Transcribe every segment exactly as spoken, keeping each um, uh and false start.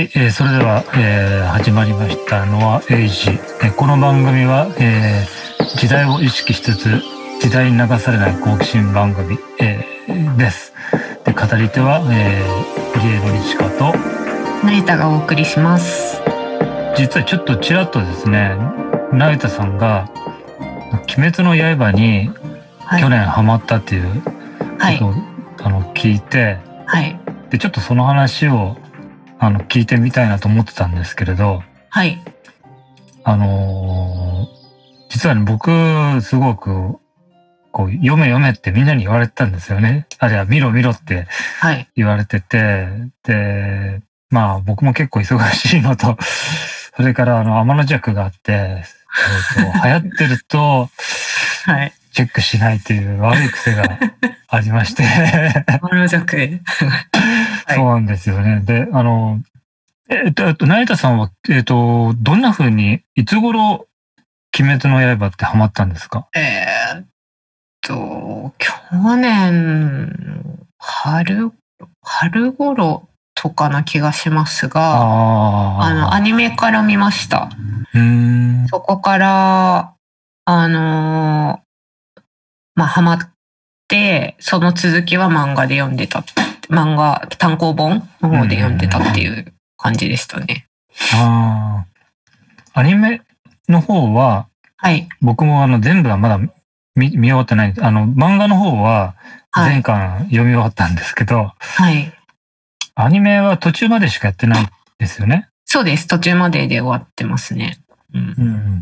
はい、えー、それでは、えー、始まりましたノアエイジ。えーこの番組は、えー時代を意識しつつ時代に流されない好奇心番組、えーです。で、語り手は、えー、入江典親と成田がお送りします。 実はちょっとちらっとですね、成田さんが鬼滅の刃にはい、 去年ハマったっていうはいことを、あの聞いて、 はいでちょっとその話をあの聞いてみたいなと思ってたんですけれど、 はいあのー実はね、僕すごくこう読め読めってみんなに言われてたんですよね。あるいは見ろ見ろってはい言われてて、でまあ僕も結構忙しいのと、それからあの天の弱があって、えーと流行ってるとはいチェックしないという悪い癖がありまして天の弱はいそうなんですよね。で、あのえっと、えっと成田さんは、えっと、どんな風にいつ頃鬼滅の刃ってハマったんですか？ えー、っと去年春春頃とかな気がしますが、ああのアニメから見ました。 うーん。 そこからあのーまあハマって、その続きは漫画で読んでた。漫画単行本の方で読んでたっていう感じでしたね。 ああ、アニメの方ははい僕もあの全部はまだ見見終わってないんです。あの漫画の方ははい全巻読み終わったんですけど、 はいアニメは途中までしかやってないですよね。 そうです。途中までで終わってますね。うんうん。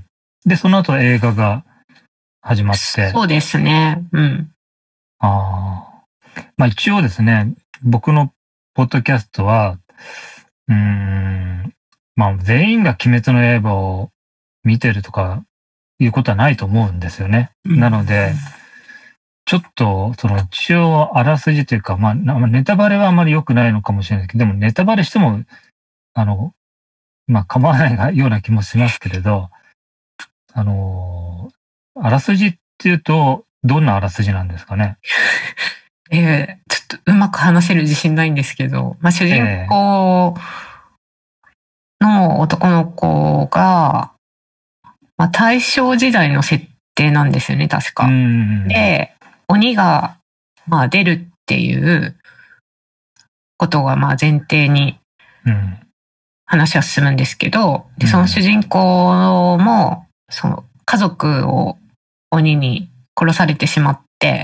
で、その後映画が始まって。 そうですね。うん。 ああ。まあ一応ですね、僕のポッドキャストは、うーん、まあ全員が鬼滅の刃を見てるとかいうことはないと思うんですよね。 うんなので、ちょっとその一応あらすじというか、まあなネタバレはあまり良くないのかもしれないけど、でもネタバレしても、あの、まあ構わないような気もしますけれど、あの、あらすじっていうと、どんなあらすじなんですかね。 えーちょっとうまく話せる自信ないんですけど、まあ、主人公の男の子が、まあ、大正時代の設定なんですよね、確うか。 ん。 で、鬼が、まあ、出るっていうことがまあ前提にうん。 話は進むんですけど、でうんその主人公もその家族を鬼に殺されてしまって、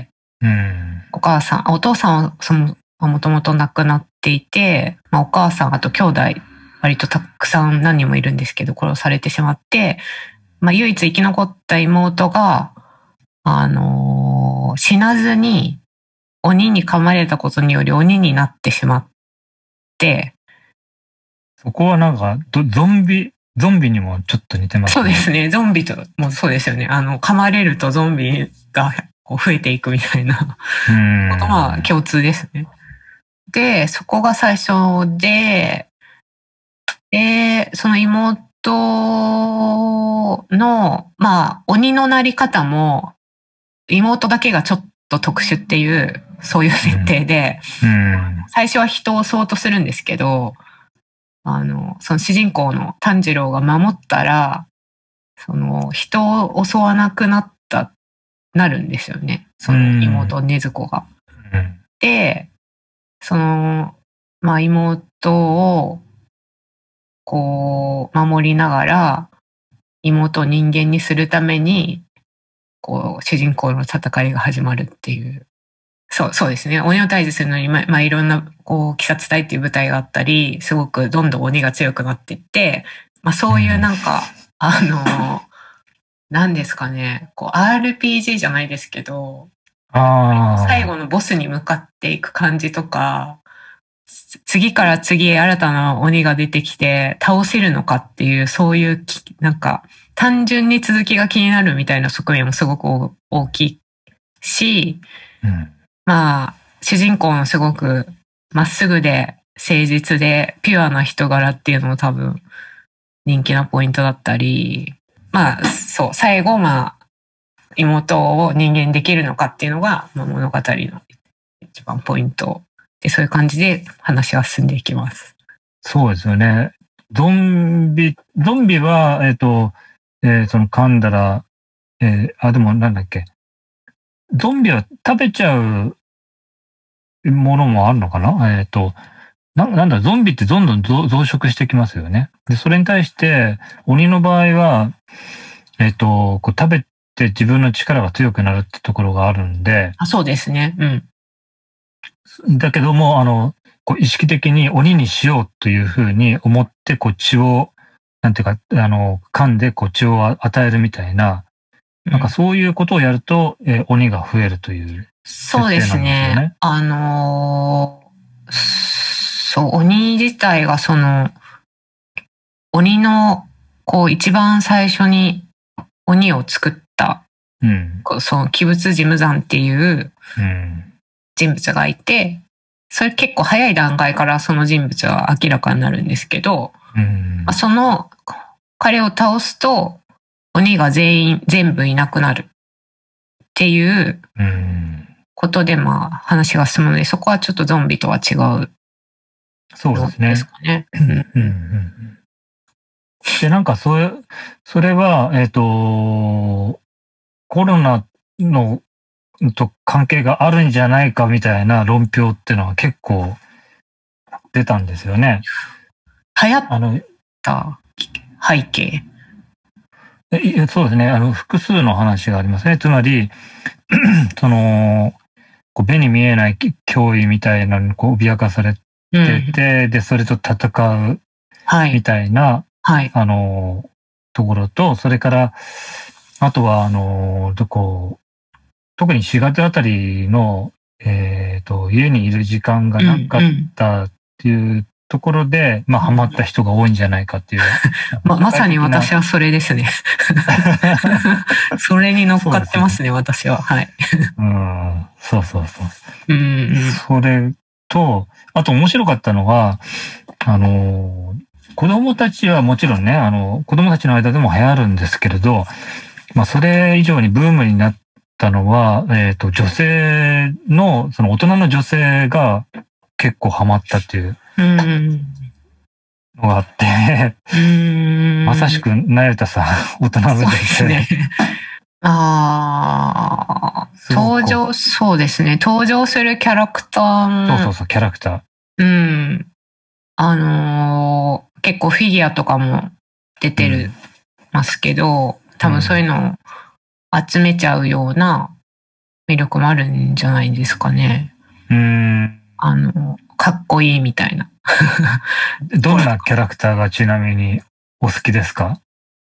うん。 お母さん、あお父さんはそのもともと亡くなっていて、まあ、お母さん、あと兄弟、割とたくさん何人もいるんですけど、殺されてしまって、まあ、唯一生き残った妹が、あのー死なずに鬼に噛まれたことにより鬼になってしまって、 そこはなんかどゾンビゾンビにもちょっと似てますね。 そうですね、ゾンビともそうですよね。あの、噛まれるとゾンビがこう増えていくみたいなうん。 ことは共通ですね。で、そこが最初で、で、その妹の、まあ、鬼のなり方も、妹だけがちょっと特殊っていう、そういう設定で、 うん。 最初は人を襲おうとするんですけど、あの、その主人公の炭治郎が守ったら、その人を襲わなくなった、なるんですよね。その妹、禰豆子が。 うん。 で、その、まあ妹を、こう、守りながら、妹を人間にするために、こう、主人公の戦いが始まるっていう。そう、そうですね。鬼を退治するのに、ま、まあ、いろんな、こう、鬼殺隊っていう部隊があったり、すごくどんどん鬼が強くなっていって、まあ、そういうなんか、あの、何ですかね、こう、アールピージー じゃないですけど、 ああ。 最後のボスに向かっていく感じとか、次から次へ新たな鬼が出てきて倒せるのかっていう、そういうきなんか単純に続きが気になるみたいな側面もすごく大きいし、 うん。 まあ主人公のすごくまっすぐで誠実でピュアな人柄っていうのも多分人気なポイントだったり、まあそう最後まあ妹を人間にできるのかっていうのが、まあ、物語の一番ポイントで、そういう感じで話は進んでいきます。 そうですよね。ゾンビ、ゾンビは、えっ、と、えーその噛んだら、えーあ、でもなんだっけ。ゾンビは食べちゃうものもあるのかな。えっ、と、ななんだ、ゾンビってどんどん増増殖してきますよね。で、それに対して、鬼の場合は、えっ、と、こう食べて自分の力が強くなるってところがあるんで、 あ、そうですね。うん。 だけども、あの、こう意識的に鬼にしようというふうに思って、こう血を、なんていうか、あの、噛んでこう血を与えるみたいな、なんかそういうことをやると、えー鬼が増えるというそうです設定なんですよね。 ね。 あのーそう、鬼自体がその、鬼の、こう、一番最初に鬼を作った、 うん。 こうその、鬼物事務山っていううん。 人物がいて、それ結構早い段階からその人物は明らかになるんですけど、 うんまあ。その、彼を倒すと、鬼が全員、全部いなくなるっていううんことで、まあ、話が進むので、そこはちょっとゾンビとは違うそうでのですすね。 かね。 うんうんうんで、なんかそれ、それは、えっ、と、コロナのと関係があるんじゃないかみたいな論評っていうのは結構出たんですよね。 流行っあの、 た背景。 えいそうですね。あの、複数の話がありますね。つまり、その、こう目に見えない脅威みたいなのにこう脅かされてうん。 て、で、それと戦うみはい。 たいな、 はい。 あの、ところと、それから、あとは、あの、どこ、特にしがつあたりの、えっと、家にいる時間がなかったっていうところで、まあ、ハマった人が多いんじゃないかっていう。 ま、まさに社会的な私はそれですね。それに乗っかってますね、私は。はい。 うん、そうそうそう。 うんうん。 それと、あと面白かったのは、あの、子供たちはもちろんね、あの、子供たちの間でも流行るんですけれど、まあ、それ以上にブームになったのは、えっと、女性の、その大人の女性が結構ハマったっていううんうんのがあって、 うん。 まさしく、なえたさん、大人の女そうです性。 ね。ああ、 すごく登場、そうですね。登場するキャラクターも、 そうそうそう、キャラクター。 うん。あのー結構フィギュアとかも出てる、ますけど、多分そういうのを集めちゃうような魅力もあるんじゃないですかね。 うーん。 あの、かっこいいみたいな。 どんなキャラクターがちなみにお好きですか？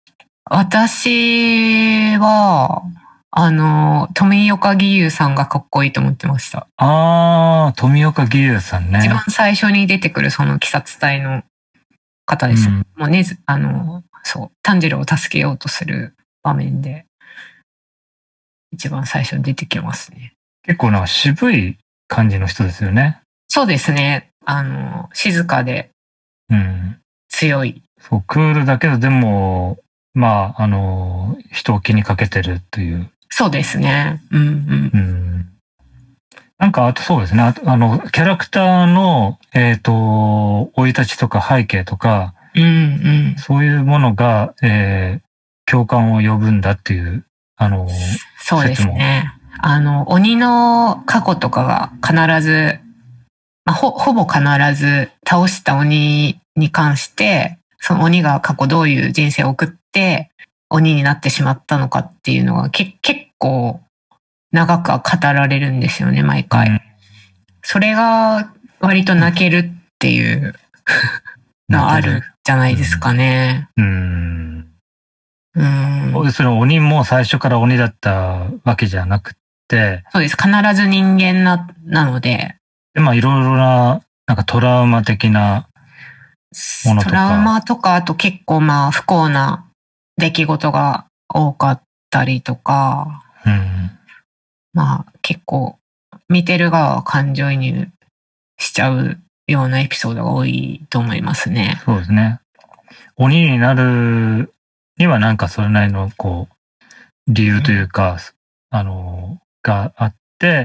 私は、あの、富岡義勇さんがかっこいいと思ってました。 ああ、富岡義勇さんね。 一番最初に出てくるその鬼殺隊の方です。 うんもうねず、あの、そう、炭治郎を助けようとする場面で、一番最初に出てきますね。 結構なんか渋い感じの人ですよね。 そうですね。あの、静かでうん。 強い。 そう、クールだけど、でも、まあ、あの、人を気にかけてるという。 そうですね。うんうんう。ん。なんか、あとそうですね。あと、あの、キャラクターの、えっと、生い立ちとか背景とか、 うんうん。 そういうものが、えー共感を呼ぶんだっていう、あの、 そうですね。あの、鬼の過去とかが必ず、まあ、ほ、ほぼ必ず倒した鬼に関して、その鬼が過去どういう人生を送って鬼になってしまったのかっていうのがけ結構長くは語られるんですよね、毎回。 うんそれが割と泣けるっていうのはあるじゃないですかね。 うん。 うん。 そうですね。鬼も最初から鬼だったわけじゃなくて、 そうです。必ず人間な、なので、 でまあいろいろな、なんかトラウマ的なものとか。 トラウマとか、あと結構まあ不幸な出来事が多かったりとか、 うん。 まあ結構見てる側は感情移入しちゃうようなエピソードが多いと思いますね。 そうですね。鬼になるにはなんかそれなりのこう、理由というか、あの、があって、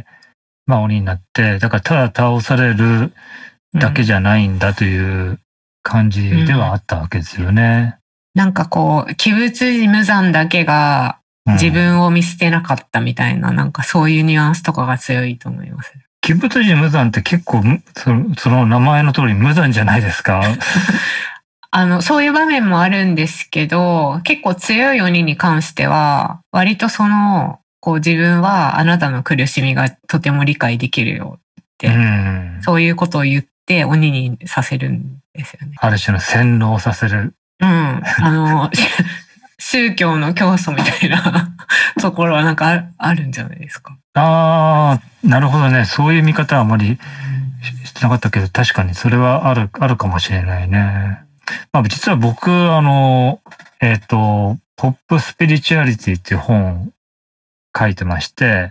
まあ鬼になって、だからただ倒されるだけじゃないんだという感じではあったわけですよね。 うん、なんかこう、鬼物寺無惨だけが自分を見捨てなかったみたいな、うん、なんかそういうニュアンスとかが強いと思います。 鬼物寺無惨って結構その、その名前の通り無惨じゃないですか。 あの、そういう場面もあるんですけど、結構強い鬼に関しては、割とその、こう自分はあなたの苦しみがとても理解できるよって、うん、そういうことを言って鬼にさせるんですよね。 ある種の洗脳させる。 うん。あの、宗教の教祖みたいなところはなんか あ, あるんじゃないですか。 ああ、なるほどね。そういう見方はあまりしてなかったけど、確かにそれはある、あるかもしれないね。まあ、実は僕、あの、えっと、ポップスピリチュアリティっていう本を書いてまして、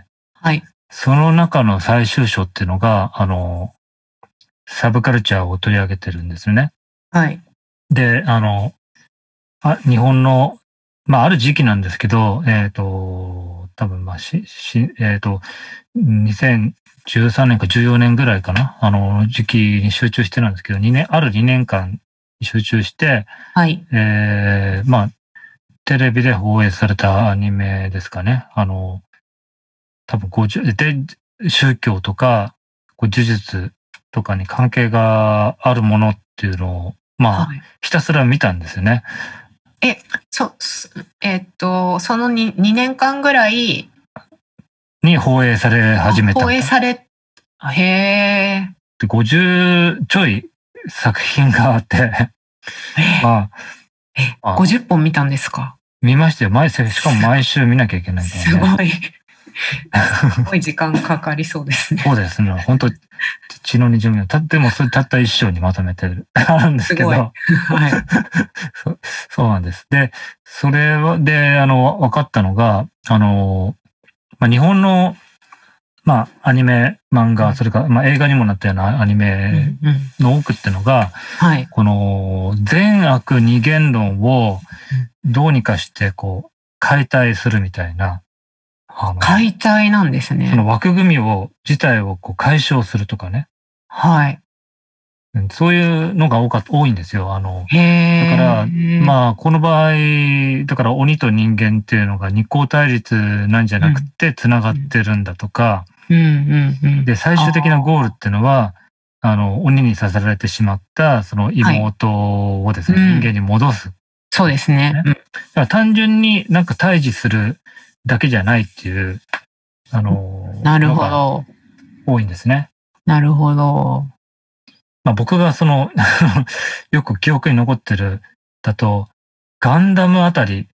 はい。 その中の最終章っていうのが、あの、サブカルチャーを取り上げてるんですよね。 はい。 で、あの、あ日本の、まあ、ある時期なんですけど、えっと、多分、まあ、し、し、えっと、にせんじゅうさんねんかじゅうよねんぐらいかな、あの、時期に集中してなんですけど、にねん、あるにねんかんに集中して、 はい。 えー、まあ、テレビで放映されたアニメですかね。あの、多分ごじゅう、で、宗教とか、こう呪術とかに関係があるものっていうのを、まあ、はい、ひたすら見たんですよね。 え、そ、えー、っと、その 2, 2年間ぐらいに放映され始めた。 放映され、へえ。 で、ごじゅうちょい作品があって、まあ、 え、ごじゅっぽん見たんですか？ 見ましたよ。毎しかも毎週見なきゃいけないからね。 すごい。すごい時間かかりそうですね。 そうですね。本当血の滲みを、た、でもそれたった一章にまとめてる、あるんですけど。はいそ。そうなんです。で、それは、で、あの、分かったのが、あの、まあ、日本の、まあ、アニメ、漫画、それから、まあ、映画にもなったようなアニメの多くってのが、 はい、 この、善悪二元論をどうにかして、こう、解体するみたいな。 解体なんですね。 その枠組みを、自体をこう解消するとかね。 はい。 そういうのが多か多いんですよ。あの、 へだから、まあ、この場合、だから鬼と人間っていうのが二項対立なんじゃなくて繋がってるんだとか、で、最終的なゴールっていうのは、あの、鬼にさせられてしまった、その妹をですね、はい、人間に戻す、ね、 そうですね。 だから単純になんか対峙するだけじゃないっていう、あの、 なるほど。 多いんですね。 なるほど。 まあ、僕がそのよく記憶に残ってるだと、ガンダムあたり、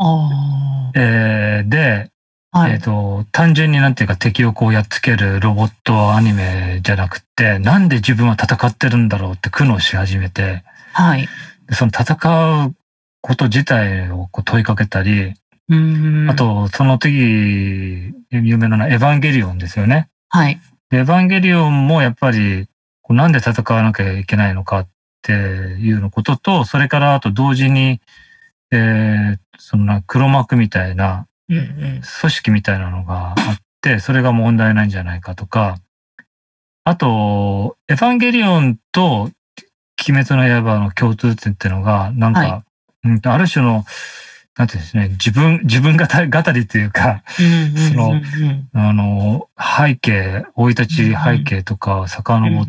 えー、で、はい、えっと、単純になんていうか敵をこうやっつけるロボットアニメじゃなくて、なんで自分は戦ってるんだろうって苦悩し始めて、 はい、 その戦うこと自体をこう問いかけたり、 うんあと、その次、有名なのはエヴァンゲリオンですよね。 はい。 でエヴァンゲリオンもやっぱり、なんで戦わなきゃいけないのかっていうのことと、それからあと同時に、えー、そんな黒幕みたいな、組織みたいなのがあって、それが問題ないんじゃないかとか、あと、エヴァンゲリオンと鬼滅の刃の共通点っていうのが、なんか、はい、うん、ある種の、なんていうんですね、自分、自分語りというか、その、あの、背景、生い立ち背景とかを遡って、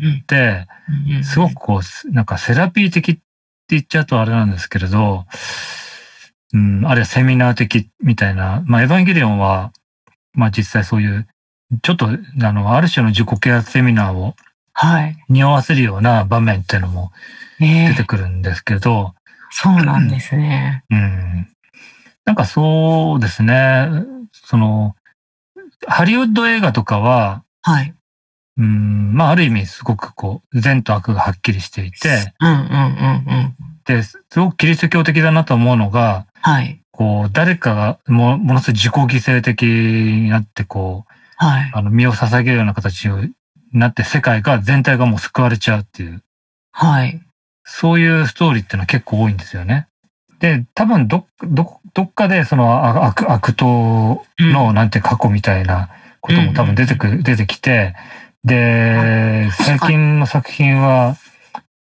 すごくこう、なんかセラピー的って言っちゃうとあれなんですけれど、うん、あるいはセミナー的みたいな、まあ、エヴァンゲリオンは、まあ実際そういう、ちょっと、あの、ある種の自己ケアセミナーを、はい。匂わせるような場面っていうのも出てくるんですけど、 そうなんですね。 うん。なんかそうですね。その、ハリウッド映画とかは、はい。うん、まあある意味すごくこう、善と悪がはっきりしていて、 うんうんうんうん。 で、すごくキリスト教的だなと思うのが、はい。こう、誰かがもものすごい自己犠牲的になってこう、はい。あの、身を捧げるような形になって世界が、全体がもう救われちゃうっていう。はい。そういうストーリーっていうのは結構多いんですよね。で、多分ど、ど、どっかでその悪、悪党のなんて過去みたいなことも多分出てくる、出てきて、で、最近の作品は、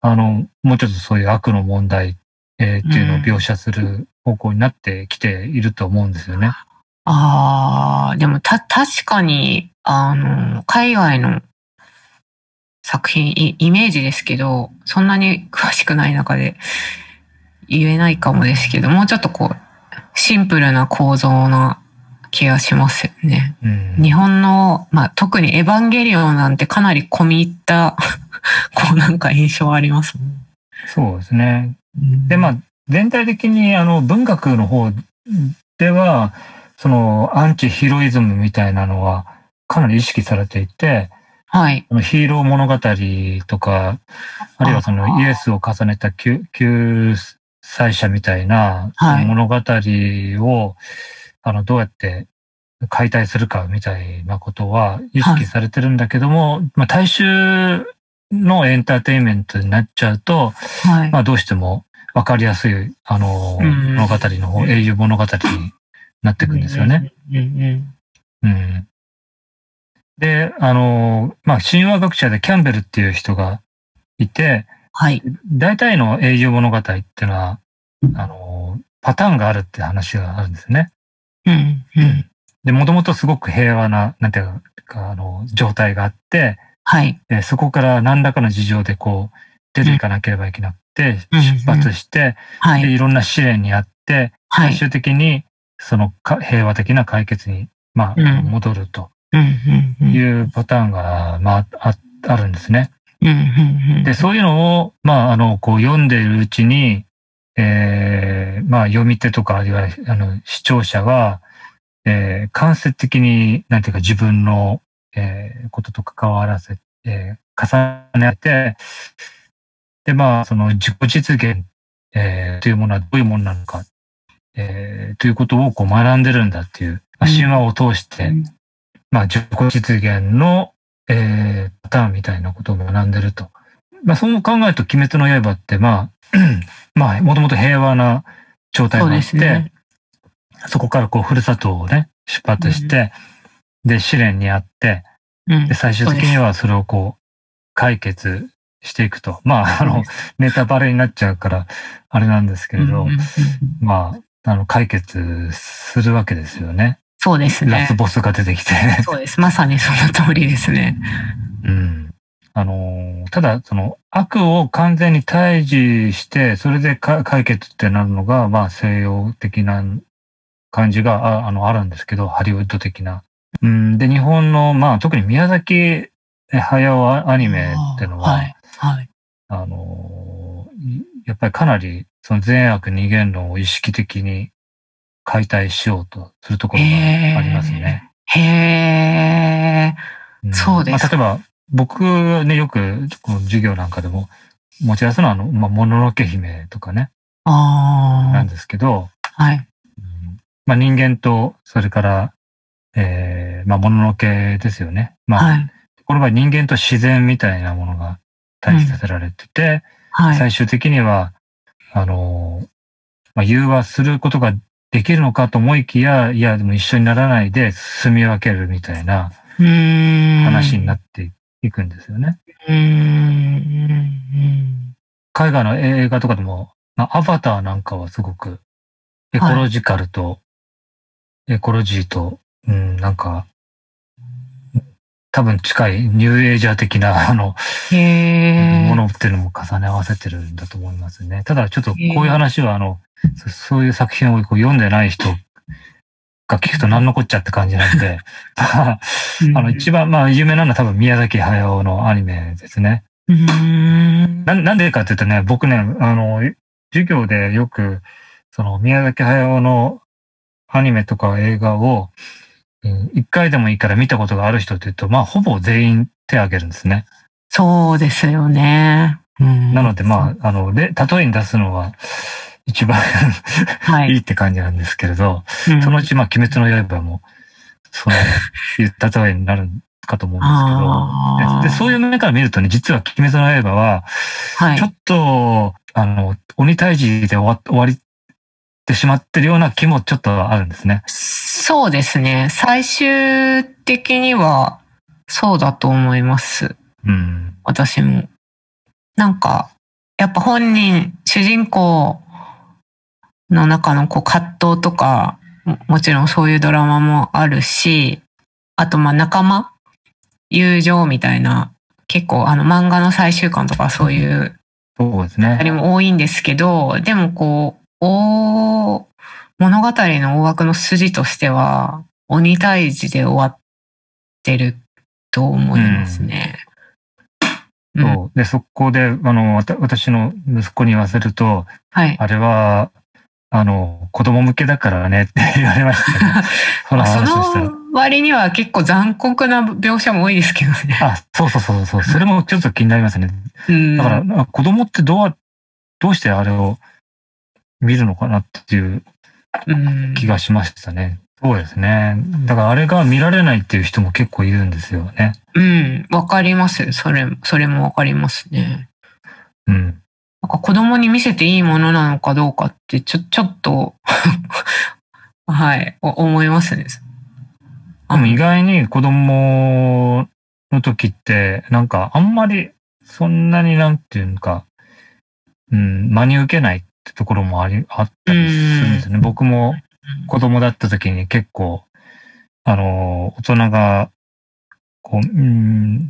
あの、もうちょっとそういう悪の問題、えーっていうのを描写する方向になってきていると思うんですよね。 ああ、でもた、確かに、あの、海外の作品、イイメージですけど、そんなに詳しくない中で言えないかもですけど、もうちょっとこう、シンプルな構造な気がしますよね。 うん、 日本の、まあ、特にエヴァンゲリオンなんてかなり込み入ったこうなんか印象ありますもん。 そうですね。 うんで、まあ、全体的にあの文学の方では、そのアンチヒロイズムみたいなのはかなり意識されていて、 はい。 あのヒーロー物語とか、あるいはそのイエスを重ねた救救済者みたいなはい物語を、あのどうやって解体するかみたいなことは意識されてるんだけども、まあ、大衆のエンターテインメントになっちゃうと、 はい。 まあ、どうしても分かりやすいあのうん物語の方、英雄物語になっていくんですよね。 うんうんうん、で、あの、まあ、神話学者でキャンベルっていう人がいて、 はい。 大体の英雄物語っていうのは、あの、パターンがあるって話があるんですね。 うんうんで、もともとすごく平和な、なんていうか、あの、状態があって、 はい。 でそこから何らかの事情でこう、出ていかなければいけなくて、 うん出発して、で、 はい。 いろんな試練にあって、 はい。 最終的にそのか平和的な解決に、まあ、 うん戻るとうんうんうんいうパターンが、まあ、ああるんですね。 うんうんうんで、そういうのを、まあ、あの、こう読んでいるうちに、えー、まあ、読み手とか、あるいは、あの、視聴者は、えー、間接的に、なんていうか、自分の、えー、ことと関わらせ、えー、重ねて、で、まあ、その自己実現、えー、というものはどういうものなのか、えー、ということをこう学んでるんだっていう、まあ、神話を通して、 うんまあ、自己実現の、えー、パターンみたいなことを学んでると。まあ、そう考えると、鬼滅の刃って、まあ、まあ、もともと平和な状態そうがあって、 ですね。 そこからこう、ふるさとをね、出発して、で、試練にあって、 うんで、最終的にはそれをこう、解決していくと。まあ、あの、ネタバレになっちゃうから、あれなんですけれど、 うんうんうんまあ、あの、解決するわけですよね。 そうですね。 ラスボスが出てきて。 そうです。まさにその通りですね。 うん。あの、ただ、その、悪を完全に退治して、それでか解決ってなるのが、まあ、西洋的な感じが、ああの、あるんですけど、ハリウッド的な。うん、で、日本の、まあ、特に宮崎駿アニメっていうのは、 はい。はい。 あの、やっぱりかなり、その善悪二元論を意識的に解体しようとするところがありますね。 へえ、 うんそうですか。 まあ、例えば、僕ね、よくこの授業なんかでも持ち出すのは、あの、まあ、もののけ姫とかね、なんあですけど、 あ、はい。 うんまあ、人間と、それから、えー、まあ、もののけですよね。まあ、 はい。 この場合人間と自然みたいなものが対比させられてて、 はい。 最終的には、あの、まあ、融和することができるのかと思いきや、いや、でも一緒にならないで住み分けるみたいなうーん。 話になっていくんですよね。 うーん。 海外の映画とかでも、まあ、アバターなんかはすごくエコロジカルと、エコロジーと、うん、なんか、多分近いニューエイジャー的な、あの、 へものっていうのも重ね合わせてるんだと思いますね。ただちょっとこういう話は、あの、そそういう作品をこう読んでない人が聞くと何のこっちゃって感じなんで、あの、一番、まあ、有名なのは多分宮崎駿のアニメですね。 うーん。 ななんでかっていうとね、僕ね、あの、授業でよく、その宮崎駿のアニメとか映画を、うん一回でもいいから見たことがある人って言うと、まあ、ほぼ全員手を挙げるんですね。 そうですよね。うんなので、まあ、あの、で、例えに出すのは一番はいいいって感じなんですけれど、 うんそのうち、まあ、鬼滅の刃も、その、いう例えになるかと思うんですけど、ででそういう面から見るとね、実は鬼滅の刃は、 はいちょっと、あの、鬼退治で終わ終わりってしまってるような気もちょっとあるんですね。 そうですね。最終的にはそうだと思います。 うん。 私も。なんか、 やっぱ本人、主人公の中のこう葛藤とか、ももちろんそういうドラマもあるし、あとまあ仲間、友情みたいな、結構あの漫画の最終巻とかそういうそうですね。 あれも多いんですけど、でもこう、大物語の大枠の筋としては、鬼退治で終わってると思いますね。うん、 そう。で、そこで、あの、わた私の息子に言わせると、 はい。 あれは、あの、子供向けだからねって言われましたね。そのまあそ話をしたら。 の割には結構残酷な描写も多いですけどね。 あ、そうそうそうそう。それもちょっと気になりますね。 うん、 だから、あ子供ってどう、どうしてあれを見るのかなっていううん、 気がしましたね。そうですね。だからあれが見られないっていう人も結構いるんですよね。 うん、わかります。それ、それもわかりますね。 うん。 なんか子供に見せていいものなのかどうかって、ちょ、ちょっと、はい、お思いますね。 でも意外に子供の時って、なんかあんまりそんなになんていうのか、うん、真に受けないってところもあり、あったりするんですよね。僕も子供だった時に結構、あの、大人が、こう、うん、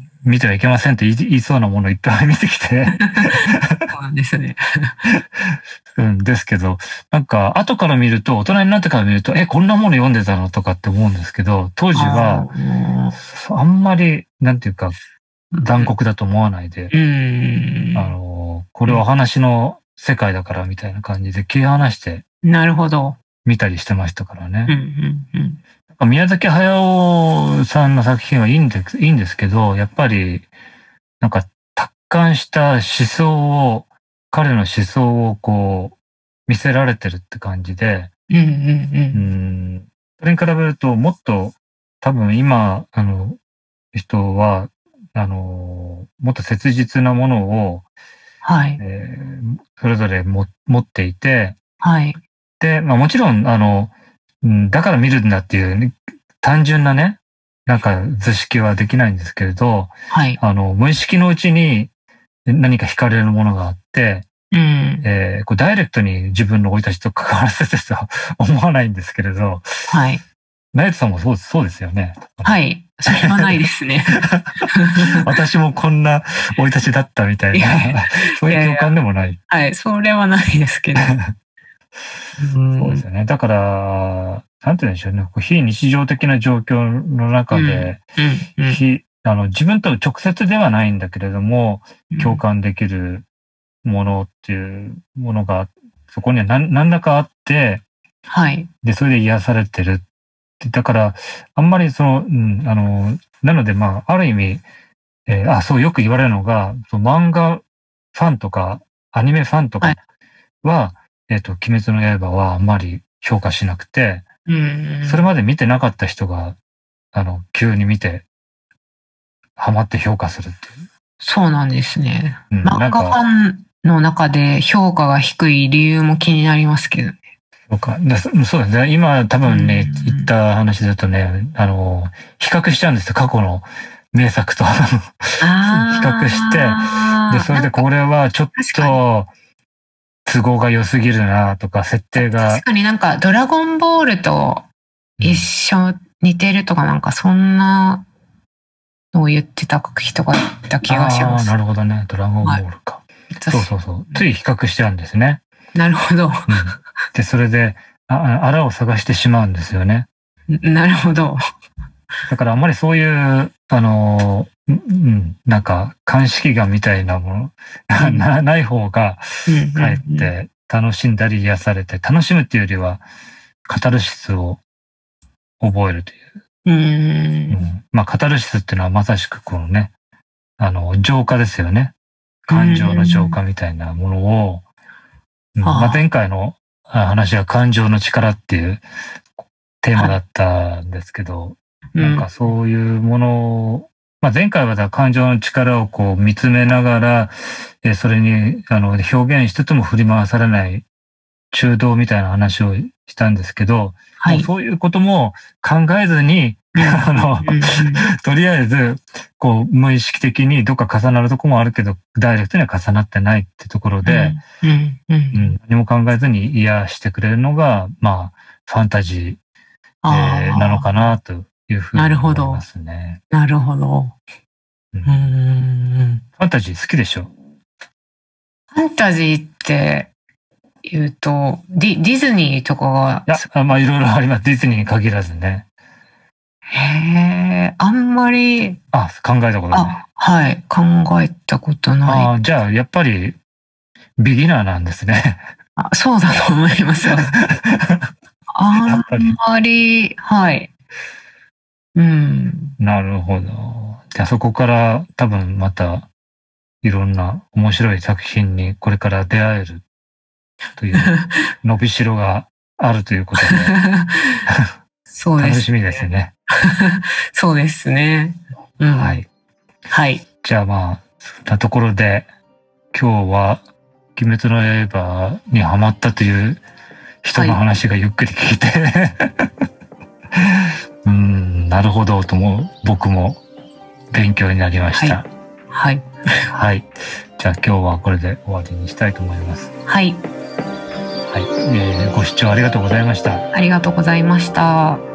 見てはいけませんって言い言いそうなものをいっぱい見てきて、 そうなんですね。 うんですけど、なんか後から見ると、大人になってから見ると、え、こんなもの読んでたのとかって思うんですけど、当時は、あんまり、なんていうか、残酷だと思わないで、 うん。 あの、これはお話の世界だからみたいな感じで切り離してなるほど。 見たりしてましたからね。 うんうんうん。 なんか宮崎駿さんの作品はいいんですいいんですけど、やっぱり、なんか達観した思想を、彼の思想をこう、見せられてるって感じで、 うんうんう。 うんん、それに比べるともっと多分今、あの、人は、あの、もっと切実なものを、 はい。 えーそれぞれも持っていて、 はい。 で、まあもちろん、あの、うんだから見るんだっていうね、単純なね、なんか図式はできないんですけれど、 はい。 あの、無意識のうちに何か惹かれるものがあって、 うん。 えーこうダイレクトに自分の生い立ちと関わらせてるとは思わないんですけれど、 はい。 ナイトさんもそうそうですよね。 はい。それはないですね。 私もこんな生い立ちだったみたいいやいな、そういう共感でもない。 はい。それはないですけど。 そうですよね。だから、なんて言うんでしょうね。こう非日常的な状況の中で、 うんうん非あの自分と直接ではないんだけれども、 うん。 共感できるものっていうものが、そこには何何らかあって、 はい。 で、それで癒されてるって。だから、あんまりその、うん、あの、なのでまあ、ある意味、えーあ、そうよく言われるのが、その漫画ファンとか、アニメファンとかは、えっと、鬼滅の刃はあんまり評価しなくて、 うん。 それまで見てなかった人が、あの、急に見て、ハマって評価するっていう。 そうなんですね。 うんなんか漫画ファンの中で評価が低い理由も気になりますけどね。 そうか。でそそうですね。今多分ね、 うん言った話だとね、あの、比較しちゃうんですよ。過去の名作と。比較して、で、それでこれはちょっと都合が良すぎるなとか、設定が確。かになんかドラゴンボールと一緒、似てるとかなんかそんなのを言ってた人がいた気がしまああ、 す。 なるほどね。ドラゴンボールか。そうそうそう。つい比較しちゃうんですね。 なるほど。 うん、で、それで、あ、あらを探してしまうんですよね。 なるほど。 だからあんまりそういう、あの、うんうん、なんか、鑑識眼みたいなもの、 うんなない方が、 うんかえって楽しんだり癒されて、楽しむっていうよりは、カタルシスを覚えるという。 うん。 うんまあ、カタルシスっていうのはまさしくこのね、あの、浄化ですよね。感情の浄化みたいなものを、うんまあ、前回のあ話は感情の力っていうテーマだったんですけど、なんかそういうものを、まあ、前回はだ感情の力をこう見つめながら、えそれにあの表現しつつも振り回されない中道みたいな話をしたんですけど、 はいもうそういうことも考えずにあの、とりあえず、こう、無意識的にどっか重なるとこもあるけど、ダイレクトには重なってないってところで、 うんうんうんうん何も考えずに癒してくれるのが、まあ、ファンタジー、えーなのかなというふうに思いますね。 なるほど。 うんうんうんファンタジー好きでしょ？ ファンタジーって言うと、ディディズニーとかが、 いや、あまあ、いろいろあります。ディズニーに限らずね。 へえ、あんまり、 あ、考えたことない。 あ、はい、考えたことない。 あじゃあ、やっぱり、ビギナーなんですね。 あ、そうだと思います。あんまり、はい。うん。 なるほど。じゃあそこから多分またいろんな面白い作品にこれから出会えるという伸びしろがあるということでそうです。 楽しみですね。 そうですね。うん、 はい。 はい。 じゃあまあ、そんなところで今日は鬼滅の刃にハマったという人の話がゆっくり聞いて、はい、うーん、なるほどとも僕も勉強になりました。 はい。 はい。はい、じゃあ今日はこれで終わりにしたいと思います。 はい。 はい、えー、ご視聴ありがとうございました。 ありがとうございました。